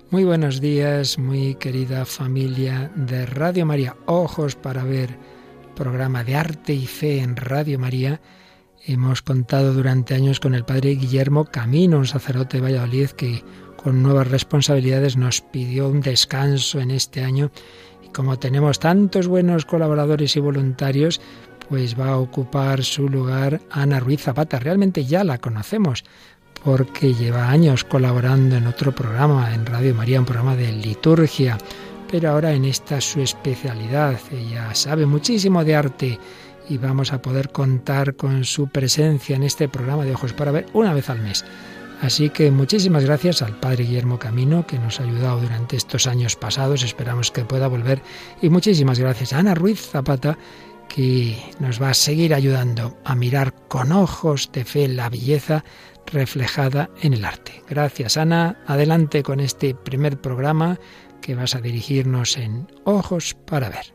Muy buenos días, muy querida familia de Radio María. Ojos para ver, programa de arte y fe en Radio María. Hemos contado durante años con el padre Guillermo Camino, un sacerdote de Valladolid que con nuevas responsabilidades nos pidió un descanso en este año. Y como tenemos tantos buenos colaboradores y voluntarios, pues va a ocupar su lugar Ana Ruiz Zapata. Realmente ya la conocemos, porque lleva años colaborando en otro programa, en Radio María, un programa de liturgia, pero ahora en esta su especialidad. Ella sabe muchísimo de arte y vamos a poder contar con su presencia en este programa de Ojos para Ver una vez al mes. Así que muchísimas gracias al padre Guillermo Camino, que nos ha ayudado durante estos años pasados, esperamos que pueda volver, y muchísimas gracias a Ana Ruiz Zapata, que nos va a seguir ayudando a mirar con ojos de fe la belleza reflejada en el arte. Gracias, Ana. Adelante con este primer programa que vas a dirigirnos en Ojos para Ver.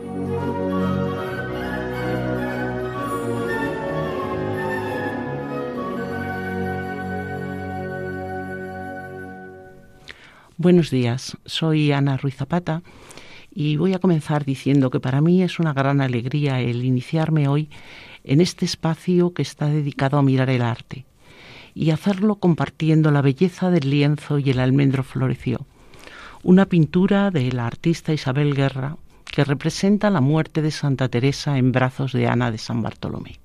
Buenos días, soy Ana Ruiz Zapata y voy a comenzar diciendo que para mí es una gran alegría el iniciarme hoy en este espacio que está dedicado a mirar el arte y hacerlo compartiendo la belleza del lienzo y el almendro floreció, una pintura de la artista Isabel Guerra que representa la muerte de Santa Teresa en brazos de Ana de San Bartolomé.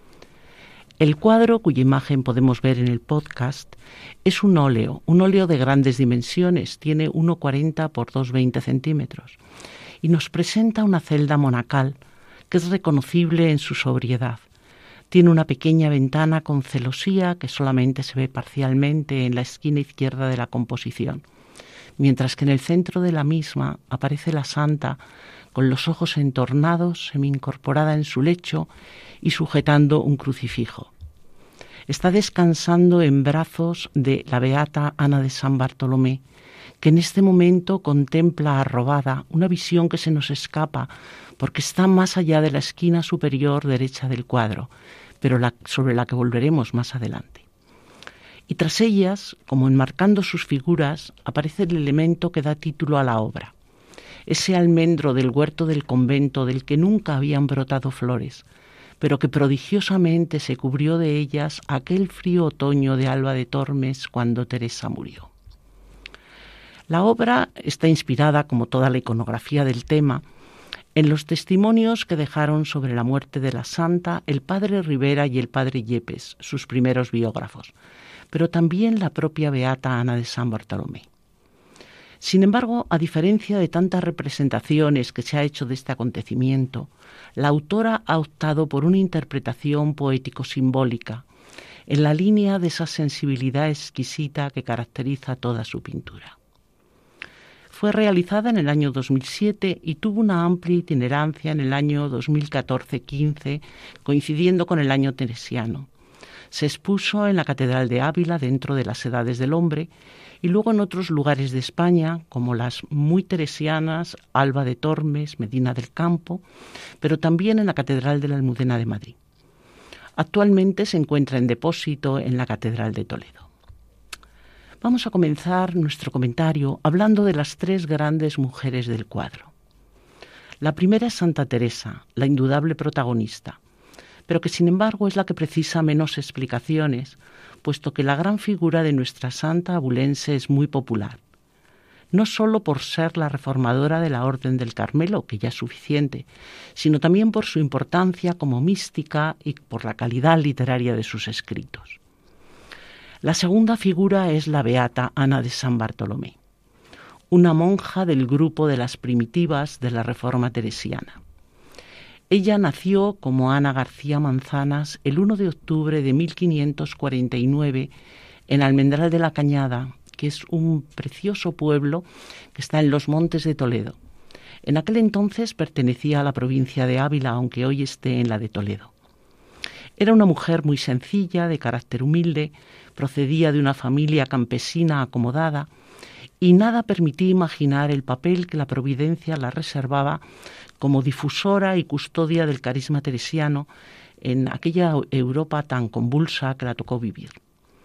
El cuadro, cuya imagen podemos ver en el podcast, es un óleo de grandes dimensiones, tiene 1,40 por 2,20 centímetros, y nos presenta una celda monacal que es reconocible en su sobriedad. Tiene una pequeña ventana con celosía que solamente se ve parcialmente en la esquina izquierda de la composición, mientras que en el centro de la misma aparece la santa con los ojos entornados, semi-incorporada en su lecho y sujetando un crucifijo. Está descansando en brazos de la beata Ana de San Bartolomé, que en este momento contempla arrobada una visión que se nos escapa porque está más allá de la esquina superior derecha del cuadro, pero sobre la que volveremos más adelante. Y tras ellas, como enmarcando sus figuras, aparece el elemento que da título a la obra, ese almendro del huerto del convento del que nunca habían brotado flores, pero que prodigiosamente se cubrió de ellas aquel frío otoño de Alba de Tormes cuando Teresa murió. La obra está inspirada, como toda la iconografía del tema, en los testimonios que dejaron sobre la muerte de la santa el padre Rivera y el padre Yepes, sus primeros biógrafos, pero también la propia beata Ana de San Bartolomé. Sin embargo, a diferencia de tantas representaciones que se ha hecho de este acontecimiento, la autora ha optado por una interpretación poético-simbólica, en la línea de esa sensibilidad exquisita que caracteriza toda su pintura. Fue realizada en el año 2007 y tuvo una amplia itinerancia en el año 2014-15, coincidiendo con el año teresiano. Se expuso en la Catedral de Ávila dentro de las Edades del Hombre y luego en otros lugares de España, como las muy teresianas Alba de Tormes, Medina del Campo, pero también en la Catedral de la Almudena de Madrid. Actualmente se encuentra en depósito en la Catedral de Toledo. Vamos a comenzar nuestro comentario hablando de las tres grandes mujeres del cuadro. La primera es Santa Teresa, la indudable protagonista, pero que sin embargo es la que precisa menos explicaciones, puesto que la gran figura de nuestra santa abulense es muy popular, no solo por ser la reformadora de la Orden del Carmelo, que ya es suficiente, sino también por su importancia como mística y por la calidad literaria de sus escritos. La segunda figura es la beata Ana de San Bartolomé, una monja del grupo de las primitivas de la Reforma teresiana. Ella nació como Ana García Manzanas el 1 de octubre de 1549 en Almendral de la Cañada, que es un precioso pueblo que está en los montes de Toledo. En aquel entonces pertenecía a la provincia de Ávila, aunque hoy esté en la de Toledo. Era una mujer muy sencilla, de carácter humilde, procedía de una familia campesina acomodada y nada permitía imaginar el papel que la providencia la reservaba como difusora y custodia del carisma teresiano en aquella Europa tan convulsa que la tocó vivir.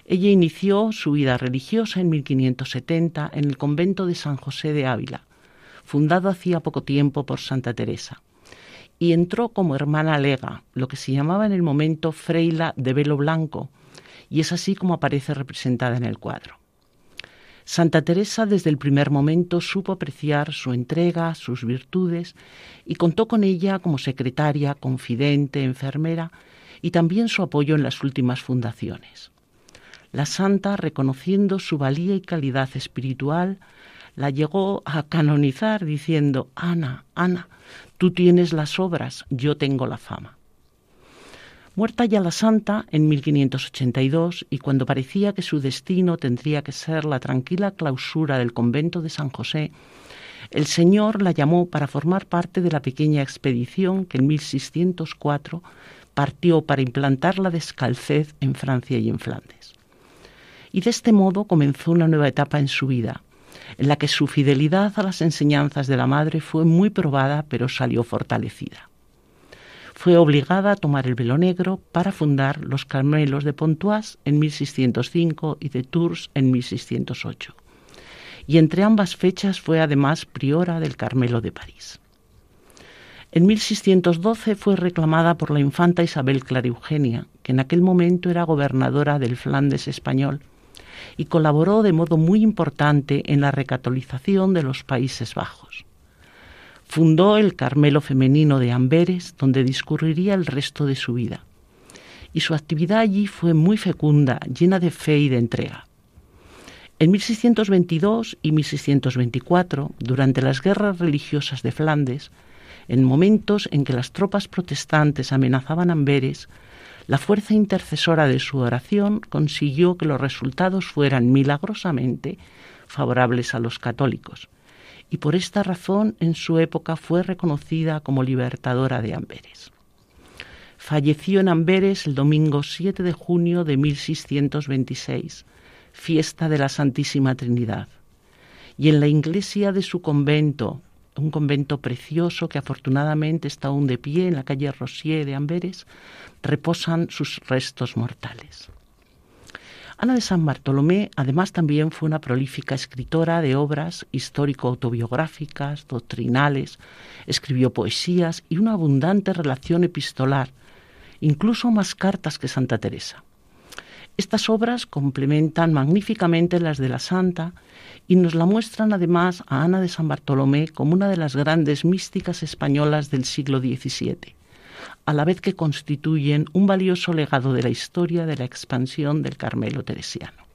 Ella inició su vida religiosa en 1570 en el convento de San José de Ávila, fundado hacía poco tiempo por Santa Teresa, y entró como hermana lega, lo que se llamaba en el momento freila de velo blanco, y es así como aparece representada en el cuadro. Santa Teresa desde el primer momento supo apreciar su entrega, sus virtudes, y contó con ella como secretaria, confidente, enfermera, y también su apoyo en las últimas fundaciones. La santa, reconociendo su valía y calidad espiritual, la llegó a canonizar diciendo: Ana, Ana, tú tienes las obras, yo tengo la fama. Muerta ya la santa en 1582, y cuando parecía que su destino tendría que ser la tranquila clausura del convento de San José, el Señor la llamó para formar parte de la pequeña expedición que en 1604 partió para implantar la descalcez en Francia y en Flandes. Y de este modo comenzó una nueva etapa en su vida, en la que su fidelidad a las enseñanzas de la madre fue muy probada, pero salió fortalecida. Fue obligada a tomar el velo negro para fundar los Carmelos de Pontoise en 1605 y de Tours en 1608. Y entre ambas fechas fue además priora del Carmelo de París. En 1612 fue reclamada por la infanta Isabel Clara Eugenia, que en aquel momento era gobernadora del Flandes español, y colaboró de modo muy importante en la recatolización de los Países Bajos. Fundó el Carmelo femenino de Amberes, donde discurriría el resto de su vida, y su actividad allí fue muy fecunda, llena de fe y de entrega. En 1622 y 1624, durante las guerras religiosas de Flandes, en momentos en que las tropas protestantes amenazaban Amberes, la fuerza intercesora de su oración consiguió que los resultados fueran milagrosamente favorables a los católicos, y por esta razón en su época fue reconocida como libertadora de Amberes. Falleció en Amberes el domingo 7 de junio de 1626, fiesta de la Santísima Trinidad, y en la iglesia de su convento, un convento precioso que afortunadamente está aún de pie en la calle Rosier de Amberes, reposan sus restos mortales. Ana de San Bartolomé además también fue una prolífica escritora de obras histórico-autobiográficas, doctrinales, escribió poesías y una abundante relación epistolar, incluso más cartas que Santa Teresa. Estas obras complementan magníficamente las de la santa y nos la muestran además a Ana de San Bartolomé como una de las grandes místicas españolas del siglo XVII, a la vez que constituyen un valioso legado de la historia de la expansión del Carmelo teresiano.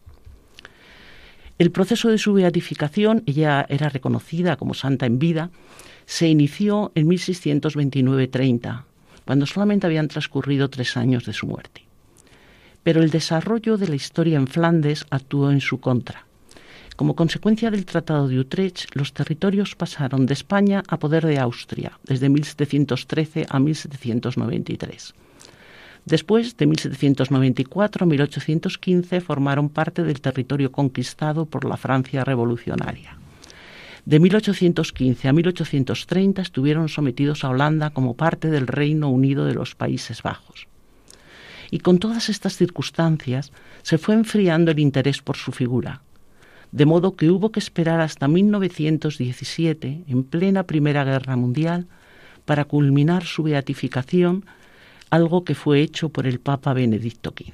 El proceso de su beatificación, ella era reconocida como santa en vida, se inició en 1629-30, cuando solamente habían transcurrido 3 años de su muerte. Pero el desarrollo de la historia en Flandes actuó en su contra. Como consecuencia del Tratado de Utrecht, los territorios pasaron de España a poder de Austria, desde 1713 a 1793. Después, de 1794 a 1815, formaron parte del territorio conquistado por la Francia revolucionaria. De 1815 a 1830 estuvieron sometidos a Holanda como parte del Reino Unido de los Países Bajos. Y con todas estas circunstancias se fue enfriando el interés por su figura, de modo que hubo que esperar hasta 1917, en plena Primera Guerra Mundial, para culminar su beatificación, algo que fue hecho por el Papa Benedicto XV.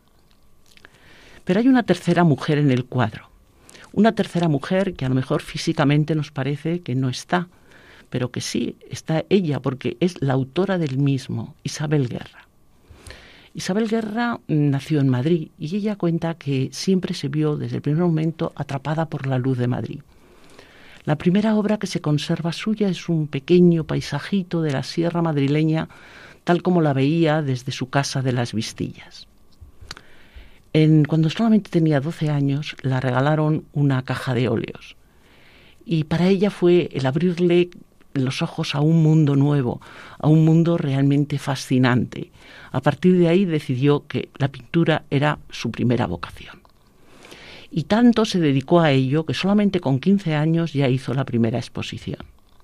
Pero hay una tercera mujer en el cuadro, una tercera mujer que a lo mejor físicamente nos parece que no está, pero que sí está ella, porque es la autora del mismo, Isabel Guerra. Isabel Guerra nació en Madrid y ella cuenta que siempre se vio desde el primer momento atrapada por la luz de Madrid. La primera obra que se conserva suya es un pequeño paisajito de la sierra madrileña, tal como la veía desde su casa de las Vistillas. Cuando solamente tenía 12 años, la regalaron una caja de óleos. Y para ella fue el abrirle los ojos a un mundo nuevo, a un mundo realmente fascinante. A partir de ahí decidió que la pintura era su primera vocación. Y tanto se dedicó a ello que solamente con 15 años ya hizo la primera exposición.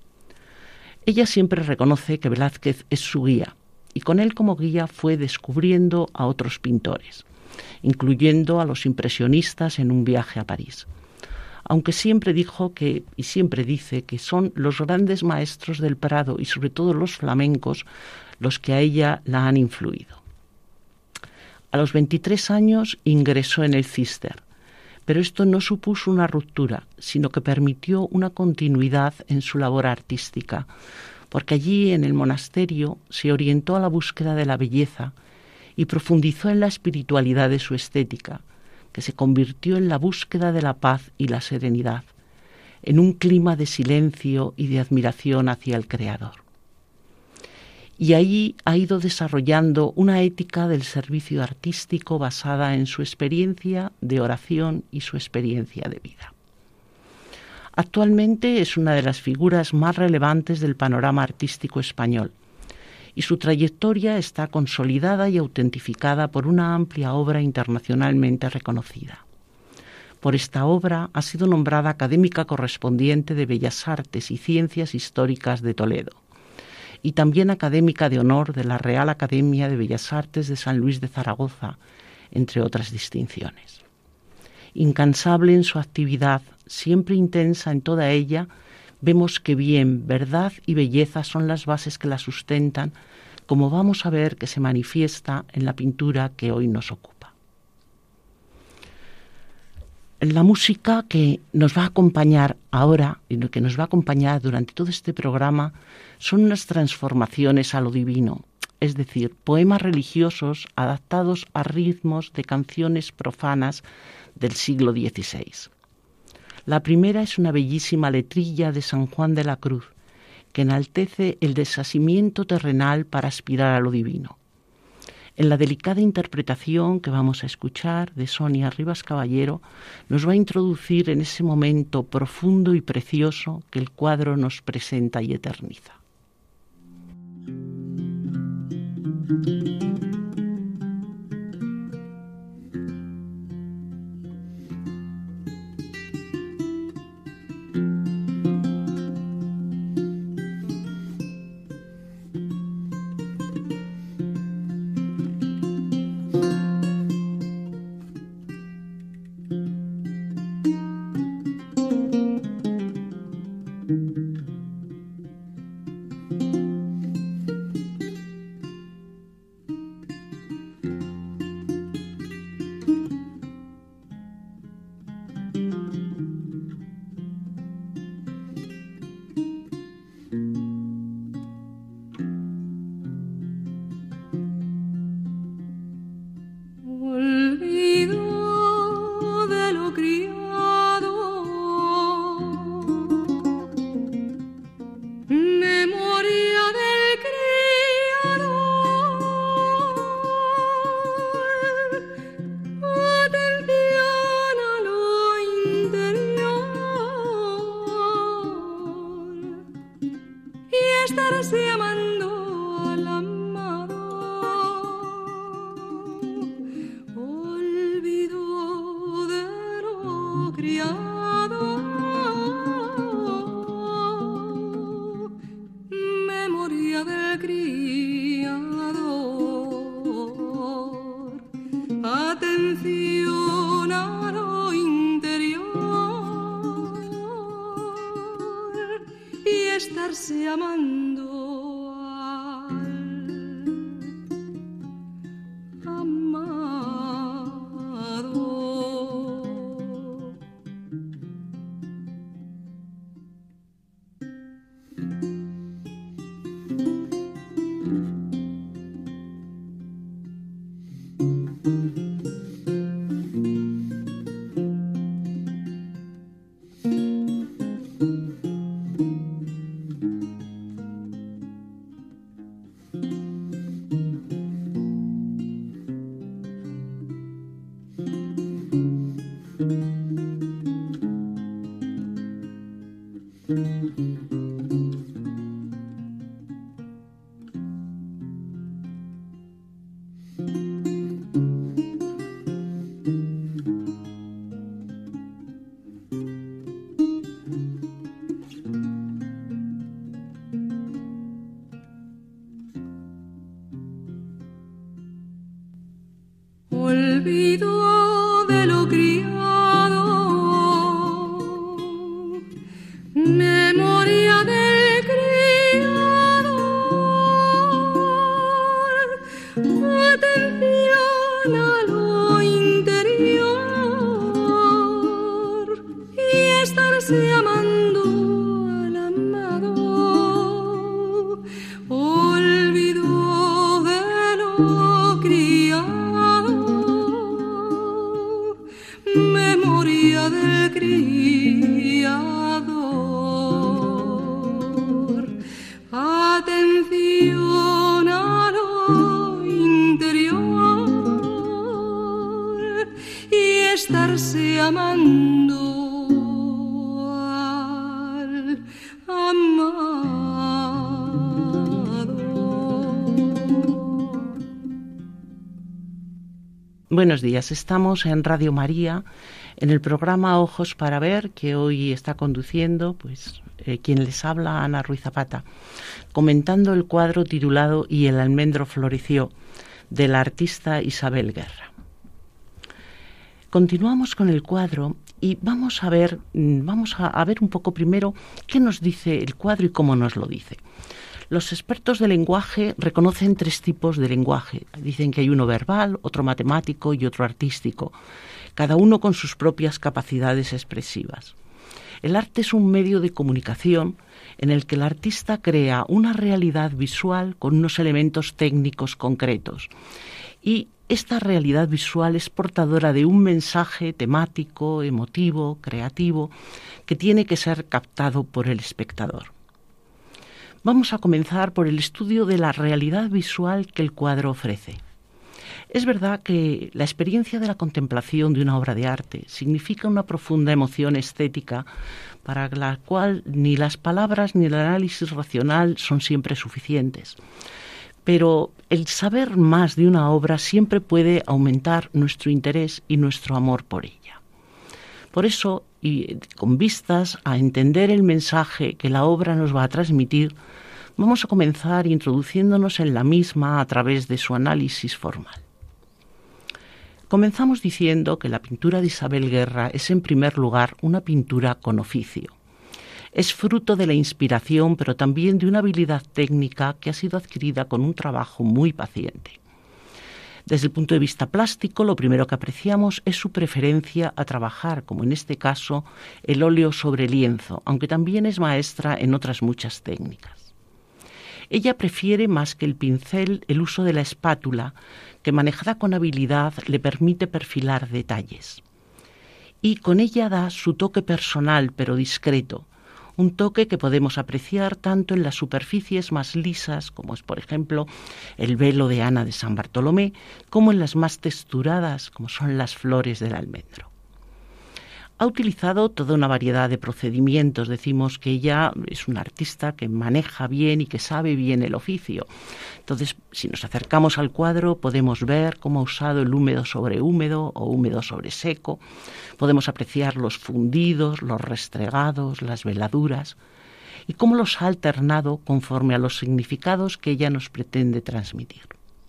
Ella siempre reconoce que Velázquez es su guía, y con él como guía fue descubriendo a otros pintores. incluyendo a los impresionistas en un viaje a París. Aunque siempre dijo que, y siempre dice, que son los grandes maestros del Prado y sobre todo los flamencos los que a ella la han influido. A los 23 años ingresó en el Císter, pero esto no supuso una ruptura, sino que permitió una continuidad en su labor artística, porque allí en el monasterio se orientó a la búsqueda de la belleza y profundizó en la espiritualidad de su estética, que se convirtió en la búsqueda de la paz y la serenidad, en un clima de silencio y de admiración hacia el Creador. Y ahí ha ido desarrollando una ética del servicio artístico basada en su experiencia de oración y su experiencia de vida. Actualmente es una de las figuras más relevantes del panorama artístico español y su trayectoria está consolidada y autentificada por una amplia obra internacionalmente reconocida. Por esta obra ha sido nombrada académica correspondiente de Bellas Artes y Ciencias Históricas de Toledo y también académica de honor de la Real Academia de Bellas Artes de San Luis de Zaragoza, entre otras distinciones. Incansable en su actividad, siempre intensa en toda ella, vemos que bien, verdad y belleza son las bases que la sustentan, como vamos a ver que se manifiesta en la pintura que hoy nos ocupa. La música que nos va a acompañar ahora y que nos va a acompañar durante todo este programa son unas transformaciones a lo divino, es decir, poemas religiosos adaptados a ritmos de canciones profanas del siglo XVI. La primera es una bellísima letrilla de San Juan de la Cruz, que enaltece el desasimiento terrenal para aspirar a lo divino. En la delicada interpretación que vamos a escuchar de Sonia Rivas Caballero, nos va a introducir en ese momento profundo y precioso que el cuadro nos presenta y eterniza. olvido de lo criado, memoria del criado, atención a lo interior y estarse amando al amado, olvido de lo criado, memoria del criador, atención a lo interior y estarse amando al amado. Buenos días, estamos en Radio María, en el programa Ojos para Ver, que hoy está conduciendo quien les habla, Ana Ruiz Zapata, comentando el cuadro titulado Y el almendro floreció, de la artista Isabel Guerra. Continuamos con el cuadro y vamos a ver un poco primero qué nos dice el cuadro y cómo nos lo dice. Los expertos del lenguaje reconocen 3 tipos de lenguaje. Dicen que hay uno verbal, otro matemático y otro artístico, cada uno con sus propias capacidades expresivas. El arte es un medio de comunicación en el que el artista crea una realidad visual con unos elementos técnicos concretos. Y esta realidad visual es portadora de un mensaje temático, emotivo, creativo, que tiene que ser captado por el espectador. Vamos a comenzar por el estudio de la realidad visual que el cuadro ofrece. Es verdad que la experiencia de la contemplación de una obra de arte significa una profunda emoción estética para la cual ni las palabras ni el análisis racional son siempre suficientes. Pero el saber más de una obra siempre puede aumentar nuestro interés y nuestro amor por ella. Por eso, y con vistas a entender el mensaje que la obra nos va a transmitir, vamos a comenzar introduciéndonos en la misma a través de su análisis formal. Comenzamos diciendo que la pintura de Isabel Guerra es en primer lugar una pintura con oficio. Es fruto de la inspiración, pero también de una habilidad técnica que ha sido adquirida con un trabajo muy paciente. Desde el punto de vista plástico, lo primero que apreciamos es su preferencia a trabajar, como en este caso, el óleo sobre lienzo, aunque también es maestra en otras muchas técnicas. Ella prefiere más que el pincel el uso de la espátula, que manejada con habilidad le permite perfilar detalles. Y con ella da su toque personal pero discreto, un toque que podemos apreciar tanto en las superficies más lisas, como es por ejemplo el velo de Ana de San Bartolomé, como en las más texturadas, como son las flores del almendro. Ha utilizado toda una variedad de procedimientos. Decimos que ella es una artista que maneja bien y que sabe bien el oficio. Entonces, si nos acercamos al cuadro, podemos ver cómo ha usado el húmedo sobre húmedo o húmedo sobre seco. Podemos apreciar los fundidos, los restregados, las veladuras y cómo los ha alternado conforme a los significados que ella nos pretende transmitir.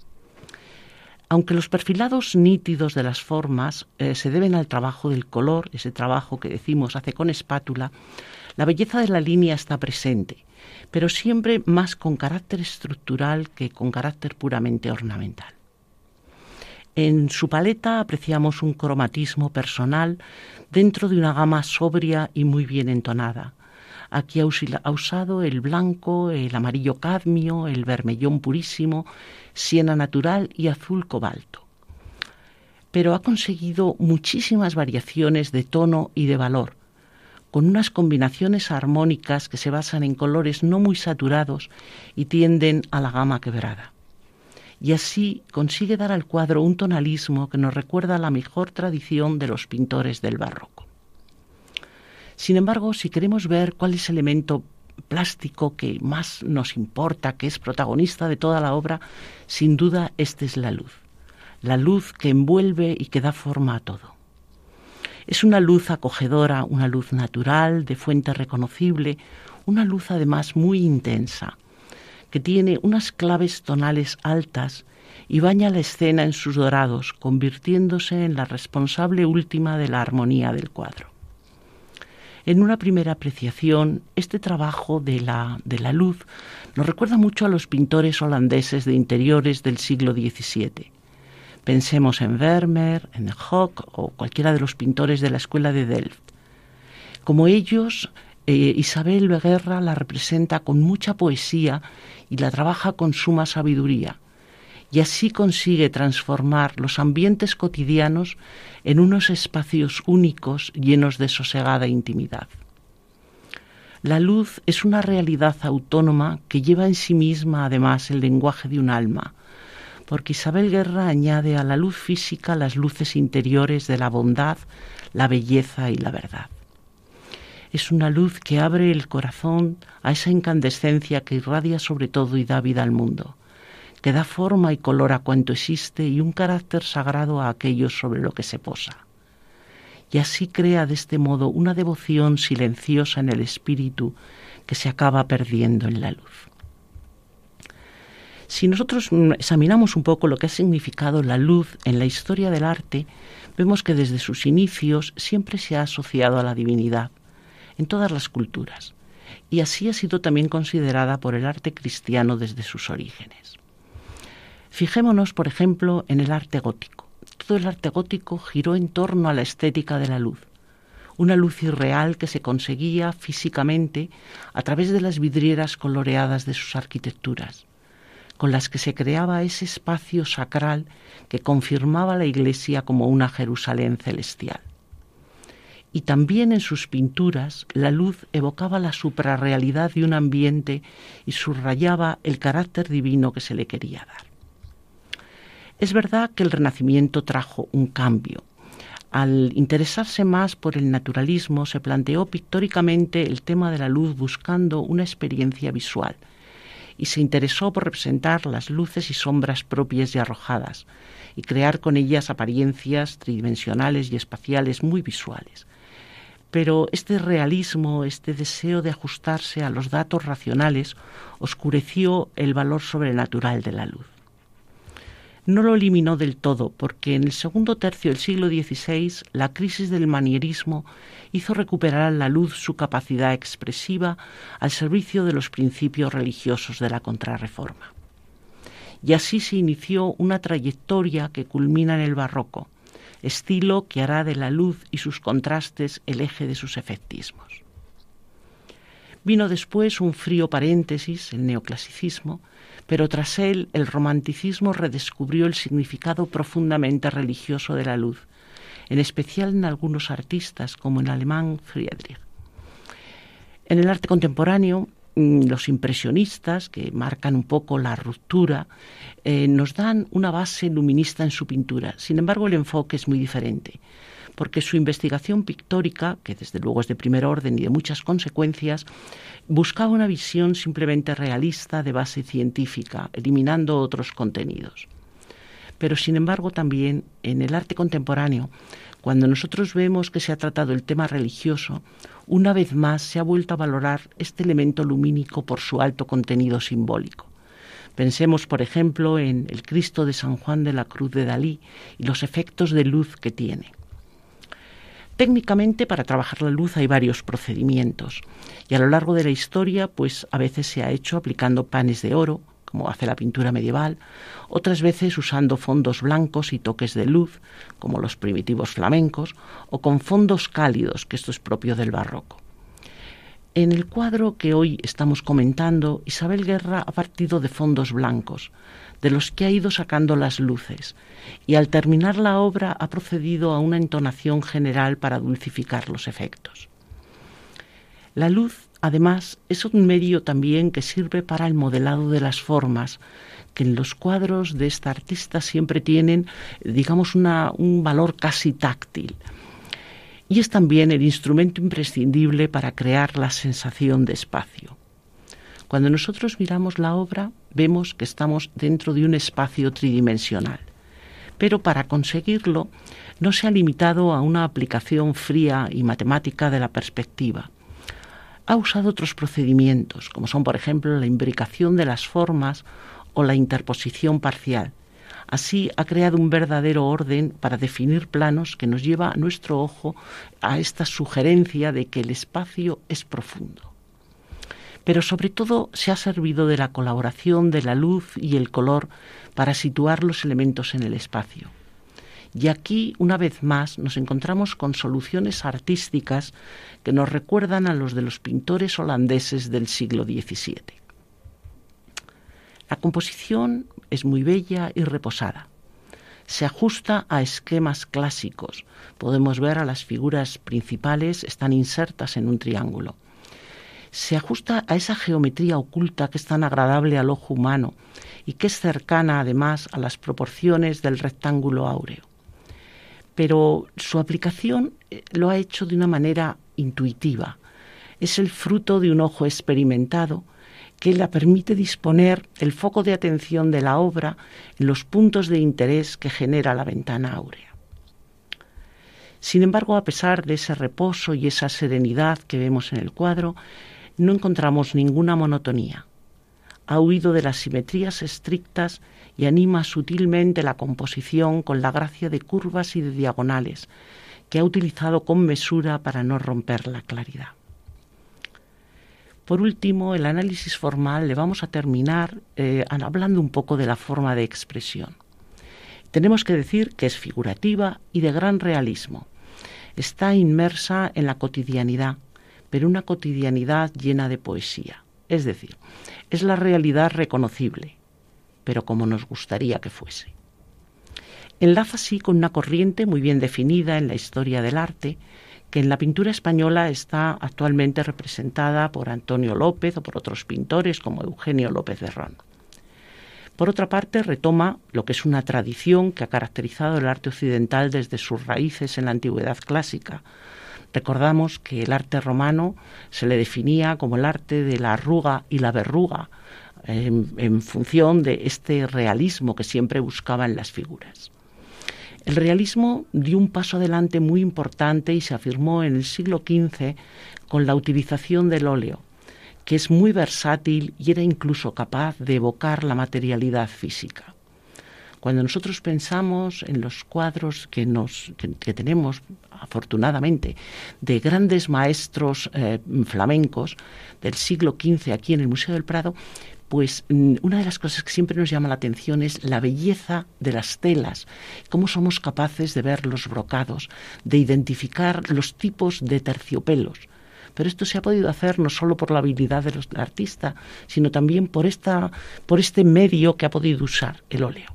Aunque los perfilados nítidos de las formas se deben al trabajo del color, ese trabajo que decimos hace con espátula, la belleza de la línea está presente, pero siempre más con carácter estructural que con carácter puramente ornamental. En su paleta apreciamos un cromatismo personal dentro de una gama sobria y muy bien entonada. Aquí ha usado el blanco, el amarillo cadmio, el vermellón purísimo, siena natural y azul cobalto. Pero ha conseguido muchísimas variaciones de tono y de valor, con unas combinaciones armónicas que se basan en colores no muy saturados y tienden a la gama quebrada. Y así consigue dar al cuadro un tonalismo que nos recuerda a la mejor tradición de los pintores del barroco. Sin embargo, si queremos ver cuál es el elemento plástico que más nos importa, que es protagonista de toda la obra, sin duda esta es la luz que envuelve y que da forma a todo. Es una luz acogedora, una luz natural, de fuente reconocible, una luz además muy intensa, que tiene unas claves tonales altas y baña la escena en sus dorados, convirtiéndose en la responsable última de la armonía del cuadro. En una primera apreciación, este trabajo de la luz nos recuerda mucho a los pintores holandeses de interiores del siglo XVII. Pensemos en Vermeer, en Hock o cualquiera de los pintores de la escuela de Delft. Como ellos, Isabel Beguerra la representa con mucha poesía y la trabaja con suma sabiduría, y así consigue transformar los ambientes cotidianos en unos espacios únicos llenos de sosegada intimidad. La luz es una realidad autónoma que lleva en sí misma además el lenguaje de un alma, porque Isabel Guerra añade a la luz física las luces interiores de la bondad, la belleza y la verdad. Es una luz que abre el corazón a esa incandescencia que irradia sobre todo y da vida al mundo, que da forma y color a cuanto existe y un carácter sagrado a aquello sobre lo que se posa. Y así crea de este modo una devoción silenciosa en el espíritu que se acaba perdiendo en la luz. Si nosotros examinamos un poco lo que ha significado la luz en la historia del arte, vemos que desde sus inicios siempre se ha asociado a la divinidad, en todas las culturas, y así ha sido también considerada por el arte cristiano desde sus orígenes. Fijémonos, por ejemplo, en el arte gótico. Todo el arte gótico giró en torno a la estética de la luz, una luz irreal que se conseguía físicamente a través de las vidrieras coloreadas de sus arquitecturas, con las que se creaba ese espacio sacral que confirmaba la Iglesia como una Jerusalén celestial. Y también en sus pinturas la luz evocaba la suprarrealidad de un ambiente y subrayaba el carácter divino que se le quería dar. Es verdad que el Renacimiento trajo un cambio. Al interesarse más por el naturalismo, se planteó pictóricamente el tema de la luz buscando una experiencia visual y se interesó por representar las luces y sombras propias y arrojadas y crear con ellas apariencias tridimensionales y espaciales muy visuales. Pero este realismo, este deseo de ajustarse a los datos racionales, oscureció el valor sobrenatural de la luz. No lo eliminó del todo, porque en el segundo tercio del siglo XVI la crisis del manierismo hizo recuperar a la luz su capacidad expresiva al servicio de los principios religiosos de la Contrarreforma. Y así se inició una trayectoria que culmina en el barroco, estilo que hará de la luz y sus contrastes el eje de sus efectismos. Vino después un frío paréntesis, el neoclasicismo, pero tras él el romanticismo redescubrió el significado profundamente religioso de la luz, en especial en algunos artistas como el alemán Friedrich. En el arte contemporáneo, los impresionistas, que marcan un poco la ruptura, nos dan una base luminista en su pintura. Sin embargo, el enfoque es muy diferente, porque su investigación pictórica, que desde luego es de primer orden y de muchas consecuencias, buscaba una visión simplemente realista de base científica, eliminando otros contenidos. Pero sin embargo también en el arte contemporáneo, cuando nosotros vemos que se ha tratado el tema religioso, una vez más se ha vuelto a valorar este elemento lumínico por su alto contenido simbólico. Pensemos, por ejemplo, en el Cristo de San Juan de la Cruz de Dalí y los efectos de luz que tiene. Técnicamente, para trabajar la luz hay varios procedimientos y a lo largo de la historia, pues a veces se ha hecho aplicando panes de oro, como hace la pintura medieval, otras veces usando fondos blancos y toques de luz, como los primitivos flamencos, o con fondos cálidos, que esto es propio del barroco. En el cuadro que hoy estamos comentando, Isabel Guerra ha partido de fondos blancos, de los que ha ido sacando las luces, y al terminar la obra ha procedido a una entonación general para dulcificar los efectos. La luz, además, es un medio también que sirve para el modelado de las formas, que en los cuadros de esta artista siempre tienen, digamos, un valor casi táctil. Y es también el instrumento imprescindible para crear la sensación de espacio. Cuando nosotros miramos la obra, vemos que estamos dentro de un espacio tridimensional. Pero para conseguirlo, no se ha limitado a una aplicación fría y matemática de la perspectiva. Ha usado otros procedimientos, como son, por ejemplo, la imbricación de las formas o la interposición parcial, Así ha creado un verdadero orden para definir planos que nos lleva a nuestro ojo a esta sugerencia de que el espacio es profundo. Pero sobre todo se ha servido de la colaboración de la luz y el color para situar los elementos en el espacio. Y aquí, una vez más, nos encontramos con soluciones artísticas que nos recuerdan a los de los pintores holandeses del siglo XVII. La composición es muy bella y reposada. Se ajusta a esquemas clásicos. Podemos ver a las figuras principales, están insertas en un triángulo. Se ajusta a esa geometría oculta que es tan agradable al ojo humano y que es cercana además a las proporciones del rectángulo áureo. Pero su aplicación lo ha hecho de una manera intuitiva. Es el fruto de un ojo experimentado que le permite disponer el foco de atención de la obra en los puntos de interés que genera la ventana áurea. Sin embargo, a pesar de ese reposo y esa serenidad que vemos en el cuadro, no encontramos ninguna monotonía. Ha huido de las simetrías estrictas y anima sutilmente la composición con la gracia de curvas y de diagonales que ha utilizado con mesura para no romper la claridad. Por último, el análisis formal le vamos a terminar hablando un poco de la forma de expresión. Tenemos que decir que es figurativa y de gran realismo. Está inmersa en la cotidianidad, pero una cotidianidad llena de poesía. Es decir, es la realidad reconocible, pero como nos gustaría que fuese. Enlaza así con una corriente muy bien definida en la historia del arte, que en la pintura española está actualmente representada por Antonio López o por otros pintores como Eugenio López de Ron. Por otra parte, retoma lo que es una tradición que ha caracterizado el arte occidental desde sus raíces en la antigüedad clásica. Recordamos que el arte romano se le definía como el arte de la arruga y la verruga, en función de este realismo que siempre buscaba en las figuras. El realismo dio un paso adelante muy importante y se afirmó en el siglo XV con la utilización del óleo, que es muy versátil y era incluso capaz de evocar la materialidad física. Cuando nosotros pensamos en los cuadros que tenemos, afortunadamente, de grandes maestros flamencos del siglo XV aquí en el Museo del Prado, pues una de las cosas que siempre nos llama la atención es la belleza de las telas, cómo somos capaces de ver los brocados, de identificar los tipos de terciopelos. Pero esto se ha podido hacer no solo por la habilidad del artista, sino también por este medio que ha podido usar, el óleo.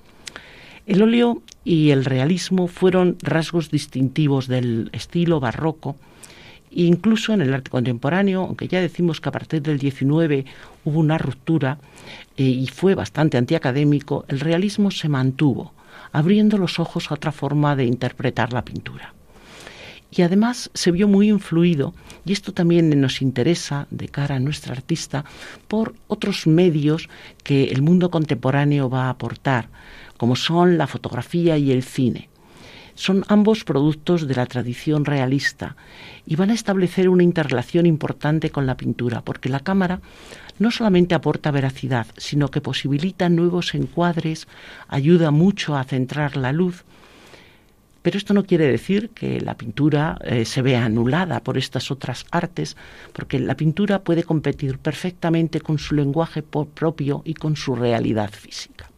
El óleo y el realismo fueron rasgos distintivos del estilo barroco. Incluso en el arte contemporáneo, aunque ya decimos que a partir del XIX hubo una ruptura y fue bastante antiacadémico, el realismo se mantuvo, abriendo los ojos a otra forma de interpretar la pintura. Y además se vio muy influido, y esto también nos interesa de cara a nuestra artista, por otros medios que el mundo contemporáneo va a aportar, como son la fotografía y el cine. Son ambos productos de la tradición realista y van a establecer una interrelación importante con la pintura, porque la cámara no solamente aporta veracidad, sino que posibilita nuevos encuadres, ayuda mucho a centrar la luz. Pero esto no quiere decir que la pintura se vea anulada por estas otras artes, porque la pintura puede competir perfectamente con su lenguaje propio y con su realidad física.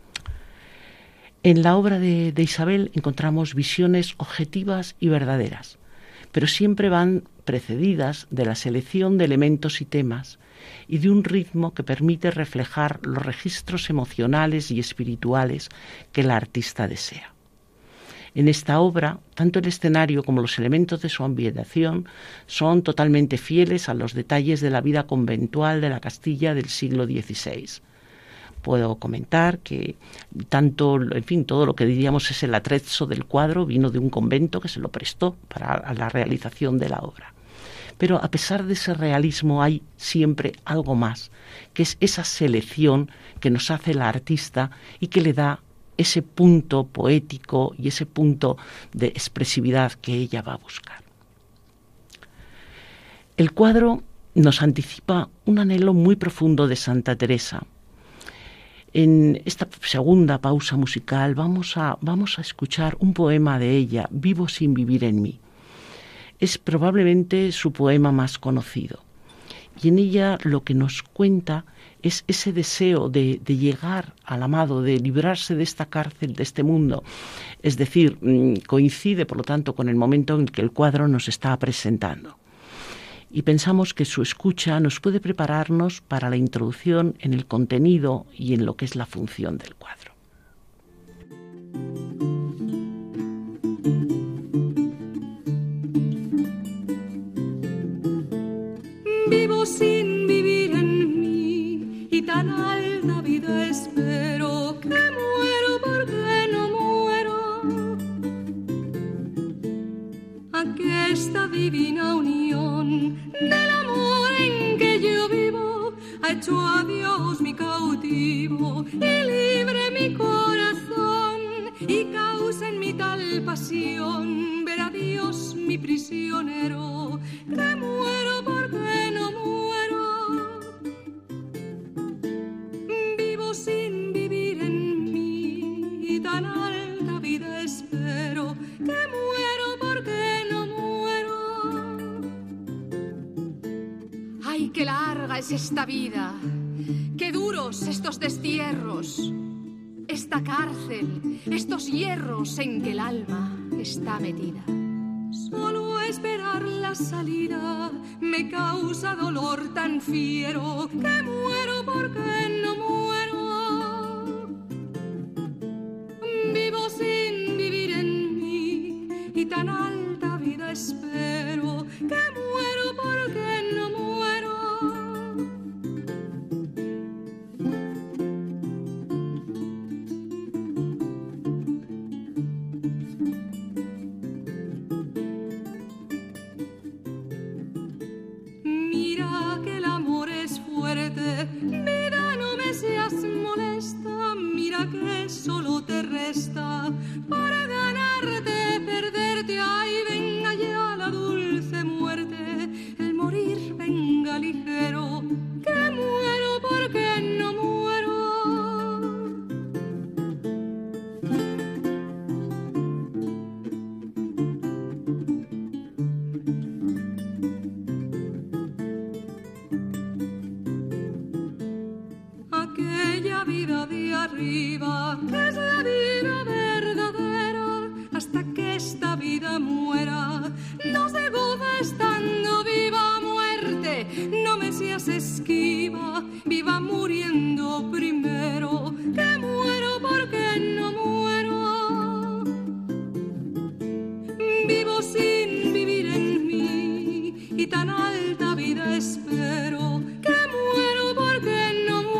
En la obra de Isabel encontramos visiones objetivas y verdaderas, pero siempre van precedidas de la selección de elementos y temas y de un ritmo que permite reflejar los registros emocionales y espirituales que la artista desea. En esta obra, tanto el escenario como los elementos de su ambientación son totalmente fieles a los detalles de la vida conventual de la Castilla del siglo XVI. Puedo comentar que todo lo que diríamos es el atrezzo del cuadro vino de un convento que se lo prestó para la realización de la obra. Pero a pesar de ese realismo hay siempre algo más, que es esa selección que nos hace la artista y que le da ese punto poético y ese punto de expresividad que ella va a buscar. El cuadro nos anticipa un anhelo muy profundo de Santa Teresa. En esta segunda pausa musical vamos a escuchar un poema de ella, Vivo sin vivir en mí. Es probablemente su poema más conocido. Y en ella lo que nos cuenta es ese deseo de llegar al amado, de librarse de esta cárcel, de este mundo. Es decir, coincide, por lo tanto, con el momento en el que el cuadro nos está presentando. Y pensamos que su escucha nos puede prepararnos para la introducción en el contenido y en lo que es la función del cuadro. Vivo sin vivir en mí y tan alta vida espero que muero porque no muero. Aquesta divina unión del amor en que yo vivo ha hecho a Dios mi cautivo y libre mi corazón y causa en mi tal pasión ver a Dios mi prisionero, que muero porque no muero. Vivo sin vivir en mí y tan alta vida espero que muero porque no muero. Ay, qué larga es esta vida, qué duros estos destierros, esta cárcel, estos hierros en que el alma está metida. Solo esperar la salida me causa dolor tan fiero que muero porque no muero. Vivo sin vivir en mí y tan alta vida espero que muero porque no muero. Mira que el amor es fuerte, vida no me seas molesta, mira que solo te resta para ganarte, perderte, ay, venga ya la dulce muerte, el morir venga ligero, que muero porque no muero. Aquella vida de arriba, que es la vida verdadera, hasta que esta vida muera, no se goza estando viva. Muerte, no me seas esquiva, viva muriendo primero, que muero porque no muero. Vivo sin vivir en mí y tan alta vida espero, que muero porque no muero.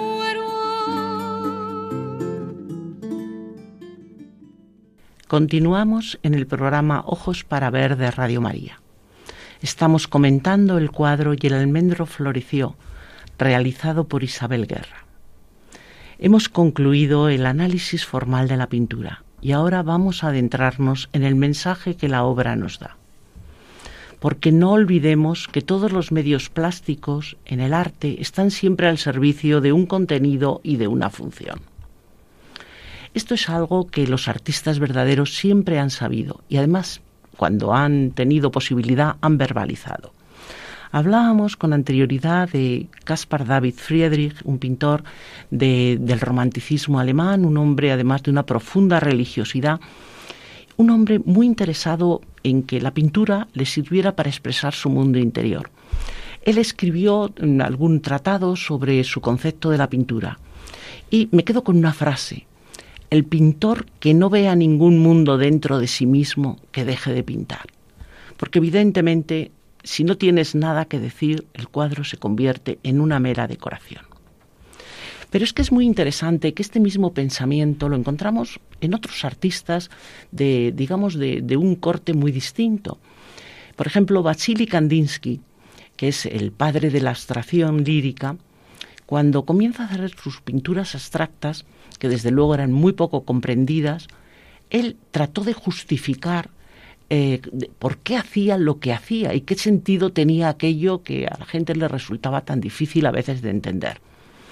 Continuamos en el programa Ojos para Ver de Radio María. Estamos comentando el cuadro Y el almendro floreció, realizado por Isabel Guerra. Hemos concluido el análisis formal de la pintura y ahora vamos a adentrarnos en el mensaje que la obra nos da. Porque no olvidemos que todos los medios plásticos en el arte están siempre al servicio de un contenido y de una función. Esto es algo que los artistas verdaderos siempre han sabido y además, cuando han tenido posibilidad, han verbalizado. Hablábamos con anterioridad de Caspar David Friedrich, un pintor del romanticismo alemán, un hombre además de una profunda religiosidad, un hombre muy interesado en que la pintura le sirviera para expresar su mundo interior. Él escribió algún tratado sobre su concepto de la pintura y me quedo con una frase: el pintor que no vea ningún mundo dentro de sí mismo, que deje de pintar. Porque evidentemente, si no tienes nada que decir, el cuadro se convierte en una mera decoración. Pero es que es muy interesante que este mismo pensamiento lo encontramos en otros artistas de un corte muy distinto. Por ejemplo, Wassily Kandinsky, que es el padre de la abstracción lírica, cuando comienza a hacer sus pinturas abstractas, que desde luego eran muy poco comprendidas, él trató de justificar por qué hacía lo que hacía y qué sentido tenía aquello que a la gente le resultaba tan difícil a veces de entender.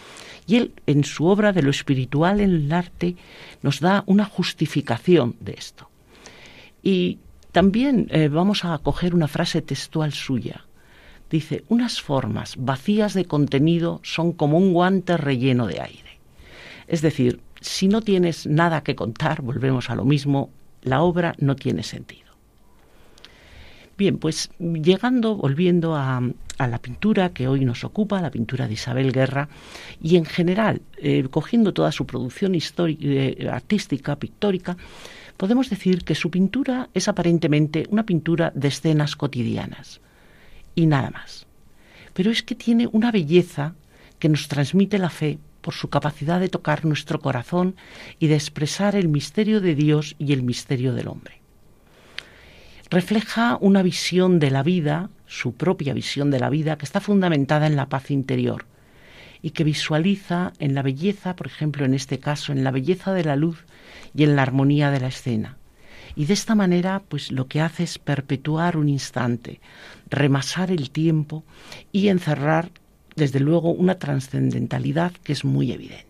Y él, en su obra de lo espiritual en el arte, nos da una justificación de esto. Y también vamos a coger una frase textual suya. Dice: unas formas vacías de contenido son como un guante relleno de aire. Es decir, si no tienes nada que contar, volvemos a lo mismo, la obra no tiene sentido. Bien, pues volviendo a la pintura que hoy nos ocupa, la pintura de Isabel Guerra, y en general, cogiendo toda su producción artística, pictórica, podemos decir que su pintura es aparentemente una pintura de escenas cotidianas, y nada más. Pero es que tiene una belleza que nos transmite la fe por su capacidad de tocar nuestro corazón y de expresar el misterio de Dios y el misterio del hombre. Refleja una visión de la vida, su propia visión de la vida, que está fundamentada en la paz interior y que visualiza en la belleza, por ejemplo, en este caso, en la belleza de la luz y en la armonía de la escena. Y de esta manera, pues lo que hace es perpetuar un instante, remasar el tiempo y encerrar, desde luego, una trascendentalidad que es muy evidente.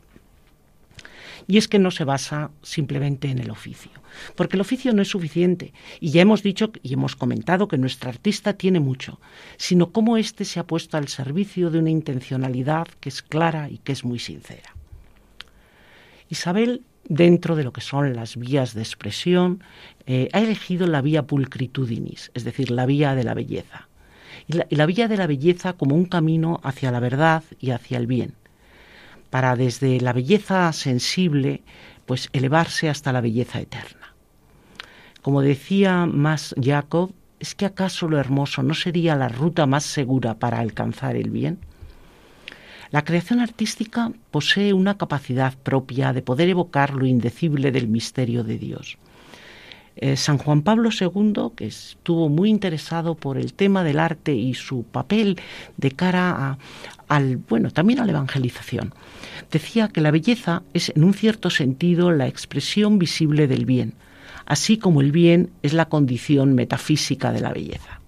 Y es que no se basa simplemente en el oficio, porque el oficio no es suficiente, y ya hemos dicho y hemos comentado que nuestra artista tiene mucho, sino cómo éste se ha puesto al servicio de una intencionalidad que es clara y que es muy sincera. Isabel, dentro de lo que son las vías de expresión, ha elegido la vía pulcritudinis, es decir, la vía de la belleza, y la vía de la belleza como un camino hacia la verdad y hacia el bien, para desde la belleza sensible, pues elevarse hasta la belleza eterna. Como decía Mas Jacob, ¿es que acaso lo hermoso no sería la ruta más segura para alcanzar el bien? La creación artística posee una capacidad propia de poder evocar lo indecible del misterio de Dios. San Juan Pablo II, que estuvo muy interesado por el tema del arte y su papel de cara también a la evangelización, decía que la belleza es, en un cierto sentido, la expresión visible del bien, así como el bien es la condición metafísica de la belleza.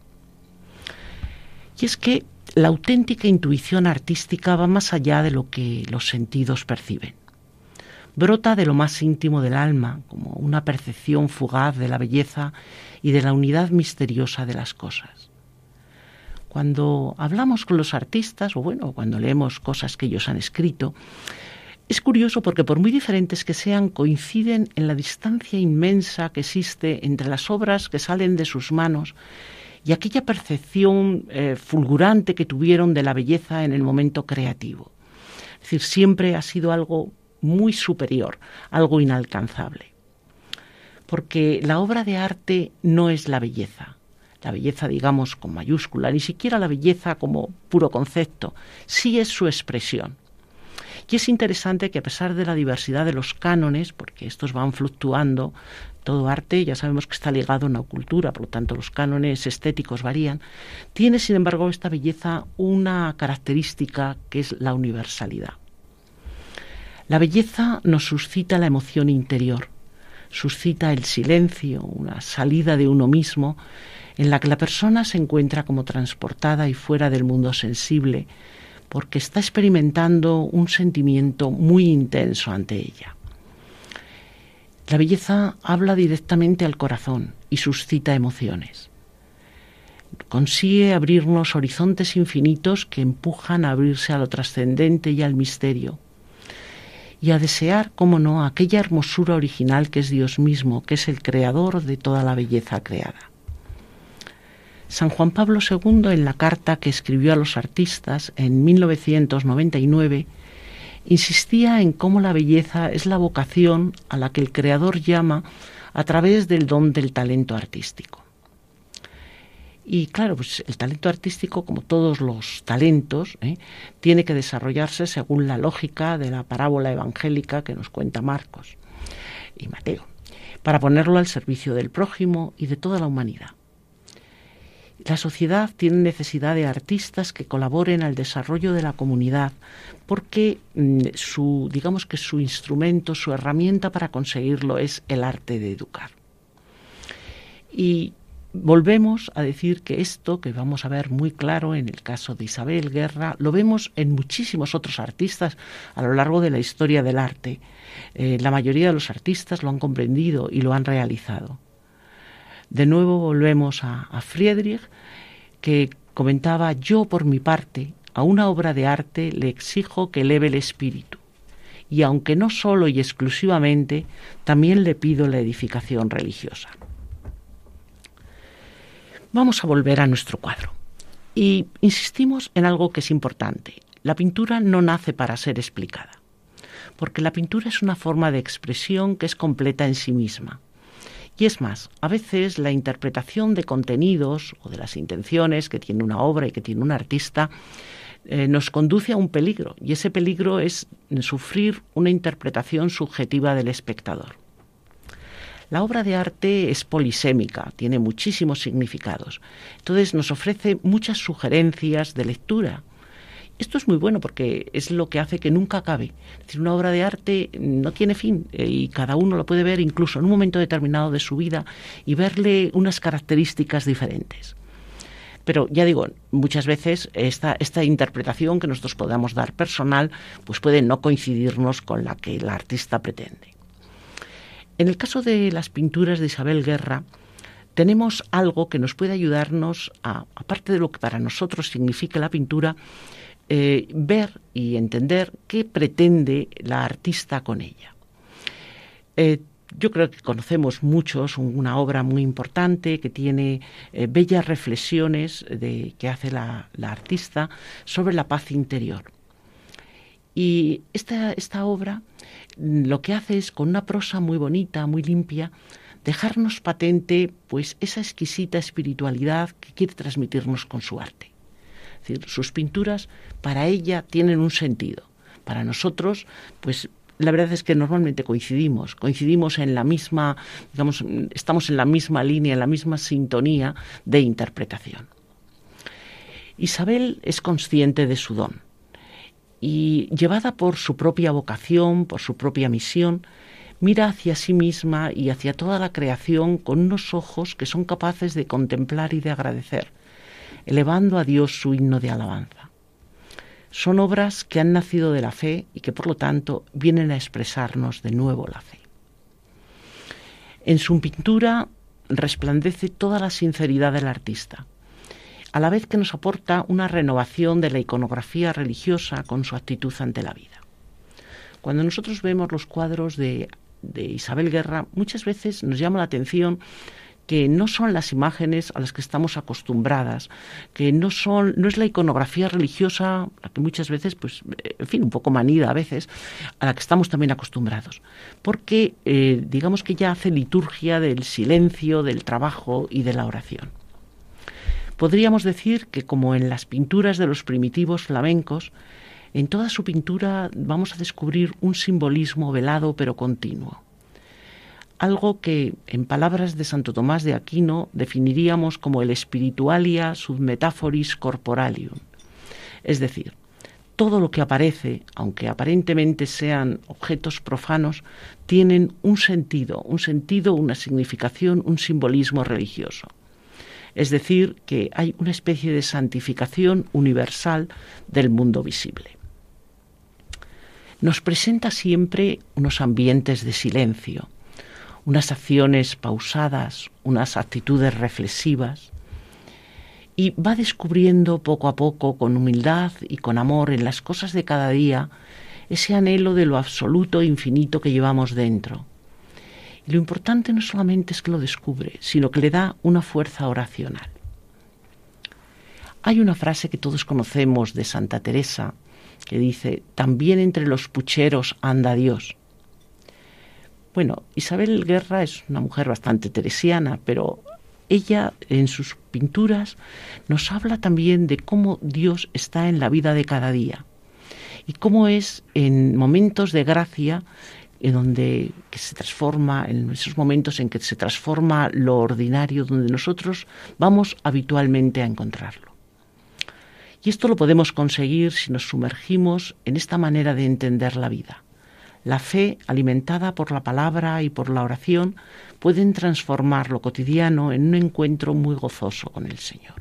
Y es que la auténtica intuición artística va más allá de lo que los sentidos perciben. Brota de lo más íntimo del alma, como una percepción fugaz de la belleza y de la unidad misteriosa de las cosas. Cuando hablamos con los artistas, cuando leemos cosas que ellos han escrito, es curioso porque por muy diferentes que sean, coinciden en la distancia inmensa que existe entre las obras que salen de sus manos y aquella percepción fulgurante que tuvieron de la belleza en el momento creativo. Es decir, siempre ha sido algo muy superior, algo inalcanzable. Porque la obra de arte no es la belleza, digamos con mayúscula, ni siquiera la belleza como puro concepto, sí es su expresión. Y es interesante que a pesar de la diversidad de los cánones, porque estos van fluctuando, todo arte ya sabemos que está ligado a una cultura, por lo tanto los cánones estéticos varían, tiene sin embargo esta belleza una característica que es la universalidad. La belleza nos suscita la emoción interior, suscita el silencio, una salida de uno mismo, en la que la persona se encuentra como transportada y fuera del mundo sensible, porque está experimentando un sentimiento muy intenso ante ella. La belleza habla directamente al corazón y suscita emociones. Consigue abrirnos horizontes infinitos que empujan a abrirse a lo trascendente y al misterio, y a desear, cómo no, aquella hermosura original que es Dios mismo, que es el creador de toda la belleza creada. San Juan Pablo II, en la carta que escribió a los artistas en 1999, insistía en cómo la belleza es la vocación a la que el Creador llama a través del don del talento artístico. Y claro, pues el talento artístico, como todos los talentos, tiene que desarrollarse según la lógica de la parábola evangélica que nos cuenta Marcos y Mateo, para ponerlo al servicio del prójimo y de toda la humanidad. La sociedad tiene necesidad de artistas que colaboren al desarrollo de la comunidad, porque su instrumento, su herramienta para conseguirlo es el arte de educar. Y volvemos a decir que esto que vamos a ver muy claro en el caso de Isabel Guerra, lo vemos en muchísimos otros artistas a lo largo de la historia del arte. La mayoría de los artistas lo han comprendido y lo han realizado. De nuevo volvemos a Friedrich, que comentaba: yo por mi parte a una obra de arte le exijo que eleve el espíritu, y aunque no solo y exclusivamente, también le pido la edificación religiosa. Vamos a volver a nuestro cuadro y insistimos en algo que es importante. La pintura no nace para ser explicada, porque la pintura es una forma de expresión que es completa en sí misma. Y es más, a veces la interpretación de contenidos o de las intenciones que tiene una obra y que tiene un artista nos conduce a un peligro, y ese peligro es sufrir una interpretación subjetiva del espectador. La obra de arte es polisémica, tiene muchísimos significados, entonces nos ofrece muchas sugerencias de lectura. Esto es muy bueno porque es lo que hace que nunca acabe. Es decir, una obra de arte no tiene fin y cada uno lo puede ver incluso en un momento determinado de su vida y verle unas características diferentes. Pero ya digo, muchas veces esta interpretación que nosotros podamos dar personal pues puede no coincidirnos con la que el artista pretende. En el caso de las pinturas de Isabel Guerra, tenemos algo que nos puede ayudarnos, aparte de lo que para nosotros significa la pintura, ver y entender qué pretende la artista con ella. Yo creo que conocemos muchos una obra muy importante que tiene bellas reflexiones que hace la artista sobre la paz interior. Y esta obra lo que hace es, con una prosa muy bonita, muy limpia, dejarnos patente pues esa exquisita espiritualidad que quiere transmitirnos con su arte. Es decir, sus pinturas para ella tienen un sentido. Para nosotros, pues la verdad es que normalmente coincidimos en la misma, digamos, estamos en la misma línea, en la misma sintonía de interpretación. Isabel es consciente de su don y, llevada por su propia vocación, por su propia misión, mira hacia sí misma y hacia toda la creación con unos ojos que son capaces de contemplar y de agradecer, elevando a Dios su himno de alabanza. Son obras que han nacido de la fe y que por lo tanto vienen a expresarnos de nuevo la fe. En su pintura resplandece toda la sinceridad del artista, a la vez que nos aporta una renovación de la iconografía religiosa con su actitud ante la vida. Cuando nosotros vemos los cuadros de Isabel Guerra, muchas veces nos llama la atención que no son las imágenes a las que estamos acostumbradas, que no es la iconografía religiosa, la que muchas veces, pues, en fin, un poco manida a veces, a la que estamos también acostumbrados. Porque digamos que ella hace liturgia del silencio, del trabajo y de la oración. Podríamos decir que, como en las pinturas de los primitivos flamencos, en toda su pintura vamos a descubrir un simbolismo velado pero continuo. Algo que, en palabras de Santo Tomás de Aquino, definiríamos como el spiritualia sub metaphoris corporalium. Es decir, todo lo que aparece, aunque aparentemente sean objetos profanos, tienen un sentido, una significación, un simbolismo religioso. Es decir, que hay una especie de santificación universal del mundo visible. Nos presenta siempre unos ambientes de silencio, unas acciones pausadas, unas actitudes reflexivas, y va descubriendo poco a poco, con humildad y con amor en las cosas de cada día, ese anhelo de lo absoluto e infinito que llevamos dentro. Y lo importante no solamente es que lo descubre, sino que le da una fuerza oracional. Hay una frase que todos conocemos de Santa Teresa que dice: también entre los pucheros anda Dios. Bueno, Isabel Guerra es una mujer bastante teresiana, pero ella en sus pinturas nos habla también de cómo Dios está en la vida de cada día y cómo es en momentos de gracia en esos momentos en que se transforma lo ordinario, donde nosotros vamos habitualmente a encontrarlo. Y esto lo podemos conseguir si nos sumergimos en esta manera de entender la vida La fe, alimentada por la palabra y por la oración, pueden transformar lo cotidiano en un encuentro muy gozoso con el Señor.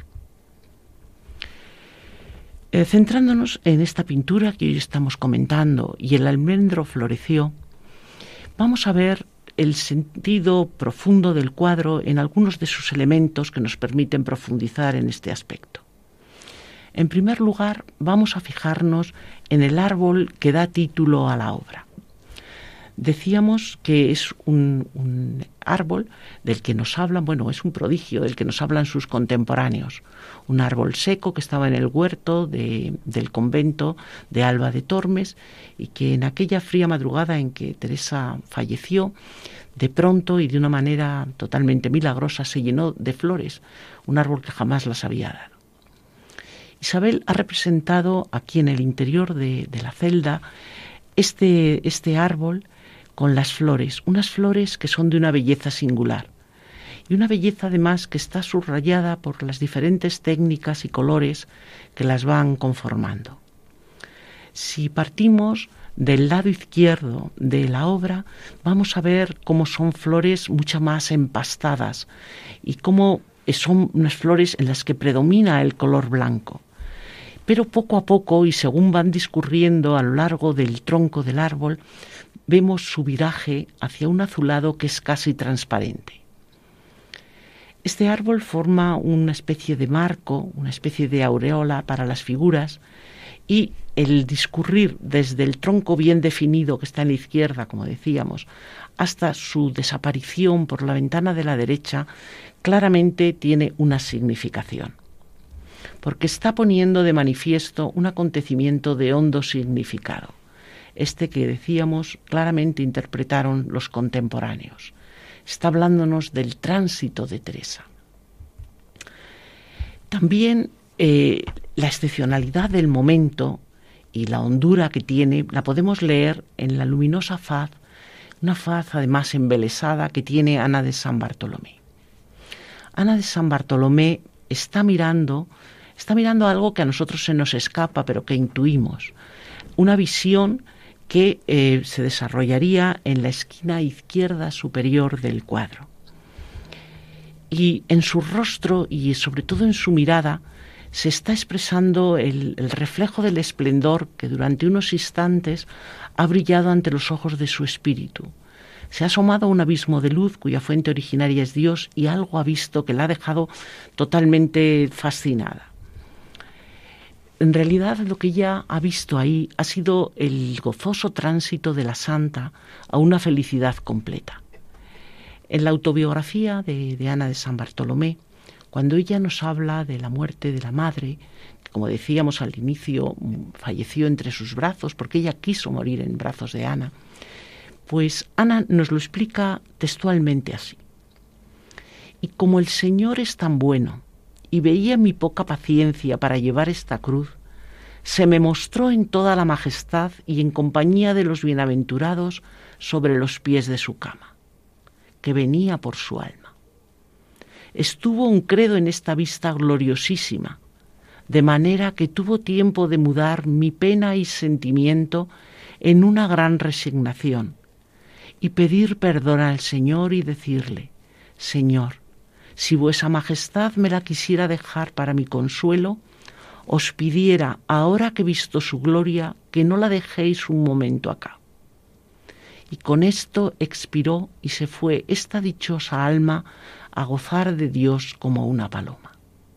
Centrándonos en esta pintura que hoy estamos comentando, y el almendro floreció, vamos a ver el sentido profundo del cuadro en algunos de sus elementos que nos permiten profundizar en este aspecto. En primer lugar, vamos a fijarnos en el árbol que da título a la obra. Decíamos que es un árbol del que nos hablan, bueno, es un prodigio del que nos hablan sus contemporáneos. Un árbol seco que estaba en el huerto del convento de Alba de Tormes y que en aquella fría madrugada en que Teresa falleció, de pronto y de una manera totalmente milagrosa se llenó de flores, un árbol que jamás las había dado. Isabel ha representado aquí en el interior de la celda este árbol con las flores, unas flores que son de una belleza singular y una belleza además que está subrayada por las diferentes técnicas y colores que las van conformando. Si partimos del lado izquierdo de la obra, vamos a ver cómo son flores mucho más empastadas y cómo son unas flores en las que predomina el color blanco. Pero poco a poco, y según van discurriendo a lo largo del tronco del árbol, vemos su viraje hacia un azulado que es casi transparente. Este árbol forma una especie de marco, una especie de aureola para las figuras, y el discurrir desde el tronco bien definido que está en la izquierda, como decíamos, hasta su desaparición por la ventana de la derecha, claramente tiene una significación, porque está poniendo de manifiesto un acontecimiento de hondo significado, este que decíamos claramente interpretaron los contemporáneos. Está hablándonos del tránsito de Teresa. También la excepcionalidad del momento y la hondura que tiene la podemos leer en la luminosa faz, una faz además embelesada que tiene Ana de San Bartolomé. Ana de San Bartolomé está mirando algo que a nosotros se nos escapa, pero que intuimos, una visión que se desarrollaría en la esquina izquierda superior del cuadro. Y en su rostro y sobre todo en su mirada se está expresando el reflejo del esplendor que durante unos instantes ha brillado ante los ojos de su espíritu. Se ha asomado a un abismo de luz cuya fuente originaria es Dios y algo ha visto que la ha dejado totalmente fascinada. En realidad lo que ella ha visto ahí ha sido el gozoso tránsito de la santa a una felicidad completa. En la autobiografía de Ana de San Bartolomé, cuando ella nos habla de la muerte de la madre, que como decíamos al inicio falleció entre sus brazos porque ella quiso morir en brazos de Ana, pues Ana nos lo explica textualmente así. Y como el Señor es tan bueno y veía mi poca paciencia para llevar esta cruz, se me mostró en toda la majestad y en compañía de los bienaventurados sobre los pies de su cama, que venía por su alma. Estuvo un credo en esta vista gloriosísima, de manera que tuvo tiempo de mudar mi pena y sentimiento en una gran resignación, y pedir perdón al Señor y decirle: Señor, si vuesa majestad me la quisiera dejar para mi consuelo, os pidiera, ahora que he visto su gloria, que no la dejéis un momento acá. Y con esto expiró y se fue esta dichosa alma a gozar de Dios como una paloma.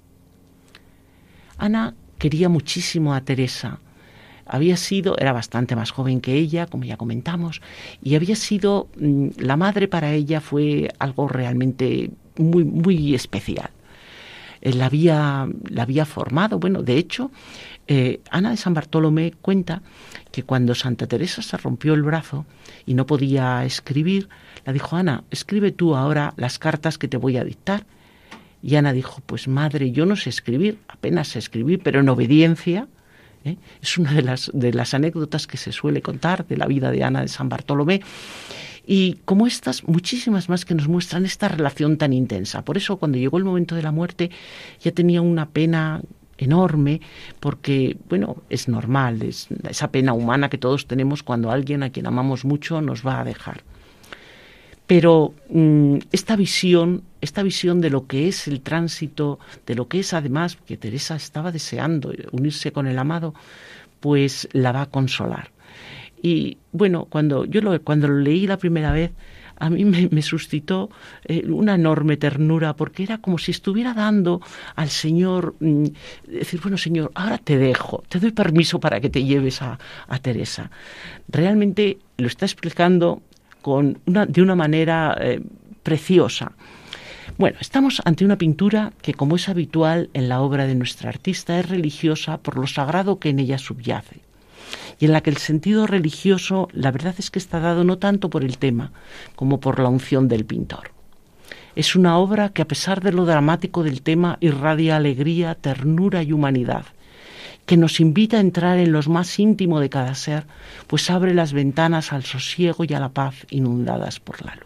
Ana quería muchísimo a Teresa. Era bastante más joven que ella, como ya comentamos, y había sido, la madre para ella fue algo realmente muy, muy especial. La había formado. Bueno, de hecho, Ana de San Bartolomé cuenta que cuando Santa Teresa se rompió el brazo y no podía escribir, le dijo: Ana, escribe tú ahora las cartas que te voy a dictar. Y Ana dijo: pues madre, yo no sé escribir, apenas sé escribir, pero en obediencia. Es una de las anécdotas que se suele contar de la vida de Ana de San Bartolomé. Y como estas, muchísimas más que nos muestran esta relación tan intensa. Por eso, cuando llegó el momento de la muerte, ya tenía una pena enorme, porque, bueno, es normal, es esa pena humana que todos tenemos cuando alguien a quien amamos mucho nos va a dejar. Pero esta visión de lo que es el tránsito, de lo que es además, que Teresa estaba deseando unirse con el amado, pues la va a consolar. Y bueno, cuando lo leí la primera vez, a mí me suscitó una enorme ternura, porque era como si estuviera dando al Señor, decir, bueno, Señor, ahora te dejo, te doy permiso para que te lleves a Teresa. Realmente lo está explicando de una manera preciosa. Bueno, estamos ante una pintura que, como es habitual en la obra de nuestra artista, es religiosa por lo sagrado que en ella subyace, y en la que el sentido religioso, la verdad es que está dado no tanto por el tema como por la unción del pintor. Es una obra que, a pesar de lo dramático del tema, irradia alegría, ternura y humanidad, que nos invita a entrar en lo más íntimo de cada ser, pues abre las ventanas al sosiego y a la paz inundadas por la luz.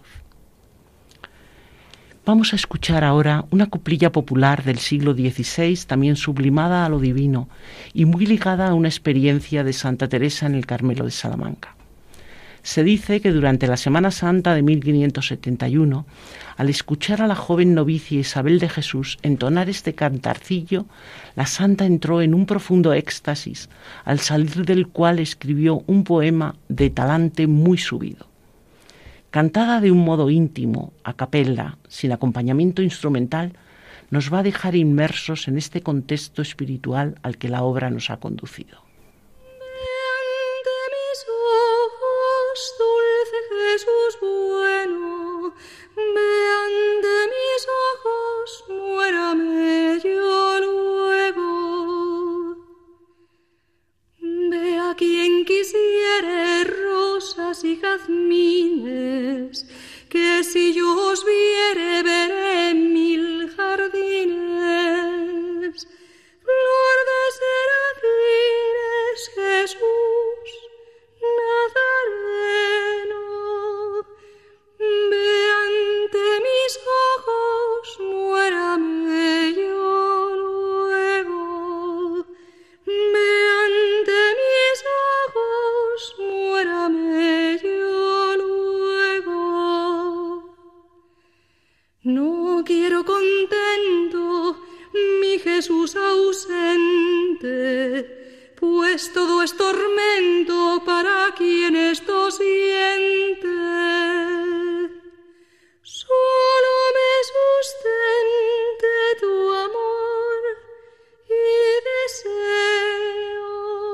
Vamos a escuchar ahora una coplilla popular del siglo XVI, también sublimada a lo divino y muy ligada a una experiencia de Santa Teresa en el Carmelo de Salamanca. Se dice que durante la Semana Santa de 1571, al escuchar a la joven novicia Isabel de Jesús entonar este cantarcillo, la santa entró en un profundo éxtasis, al salir del cual escribió un poema de talante muy subido. Cantada de un modo íntimo, a capella, sin acompañamiento instrumental, nos va a dejar inmersos en este contexto espiritual al que la obra nos ha conducido. Jesús bueno, vean de mis ojos, muérame yo luego. Vea quien quisiere rosas y jazmines, que si yo os viere veré mil jardines. Flor de serafines, Jesús Nazareno, ve ante mis ojos, muérame yo luego. Ve ante mis ojos, muérame yo luego. No quiero contento mi Jesús ausente, pues todo es tormento para quien esto siente. Solo me sustente tu amor y deseo.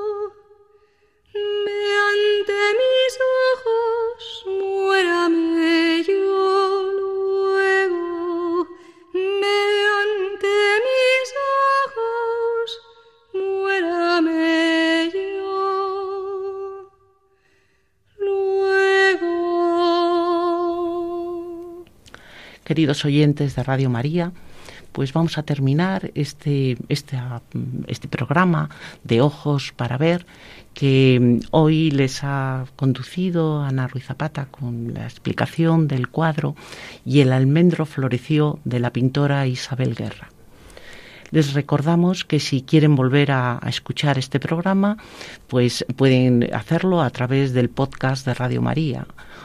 Ve ante mis ojos, muérame yo luego. Ve ante mis ojos, muérame yo luego. Queridos oyentes de Radio María, pues vamos a terminar este programa de Ojos para Ver, que hoy les ha conducido Ana Ruiz Zapata con la explicación del cuadro Y el almendro floreció, de la pintora Isabel Guerra. Les recordamos que si quieren volver a escuchar este programa, pues pueden hacerlo a través del podcast de Radio María,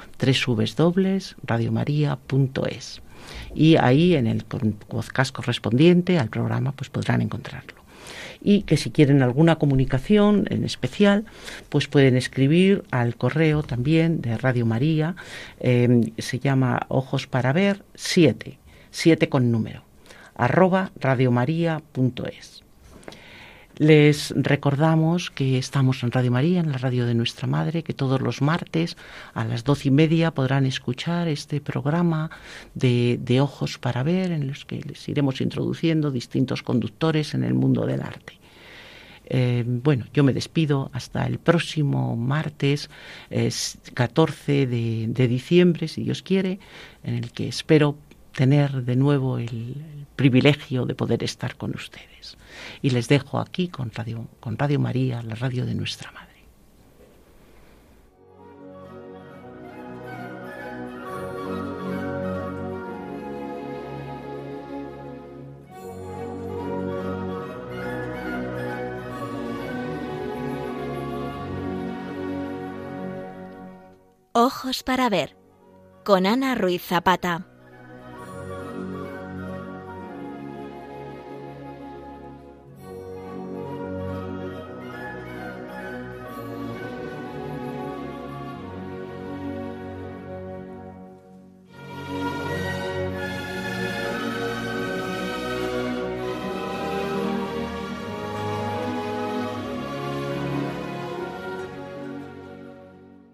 www.radiomaria.es. Y ahí en el podcast correspondiente al programa pues podrán encontrarlo. Y que si quieren alguna comunicación en especial, pues pueden escribir al correo también de Radio María, se llama Ojos para Ver 7 con número, @radiomaria.es. Les recordamos que estamos en Radio María, en la radio de nuestra Madre, que todos los martes a las 12:30 podrán escuchar este programa de Ojos para Ver, en los que les iremos introduciendo distintos conductores en el mundo del arte. Bueno, yo me despido hasta el próximo martes 14 de diciembre, si Dios quiere, en el que espero tener de nuevo el privilegio de poder estar con ustedes. Y les dejo aquí con Radio María, la radio de nuestra Madre. Ojos para ver, con Ana Ruiz Zapata.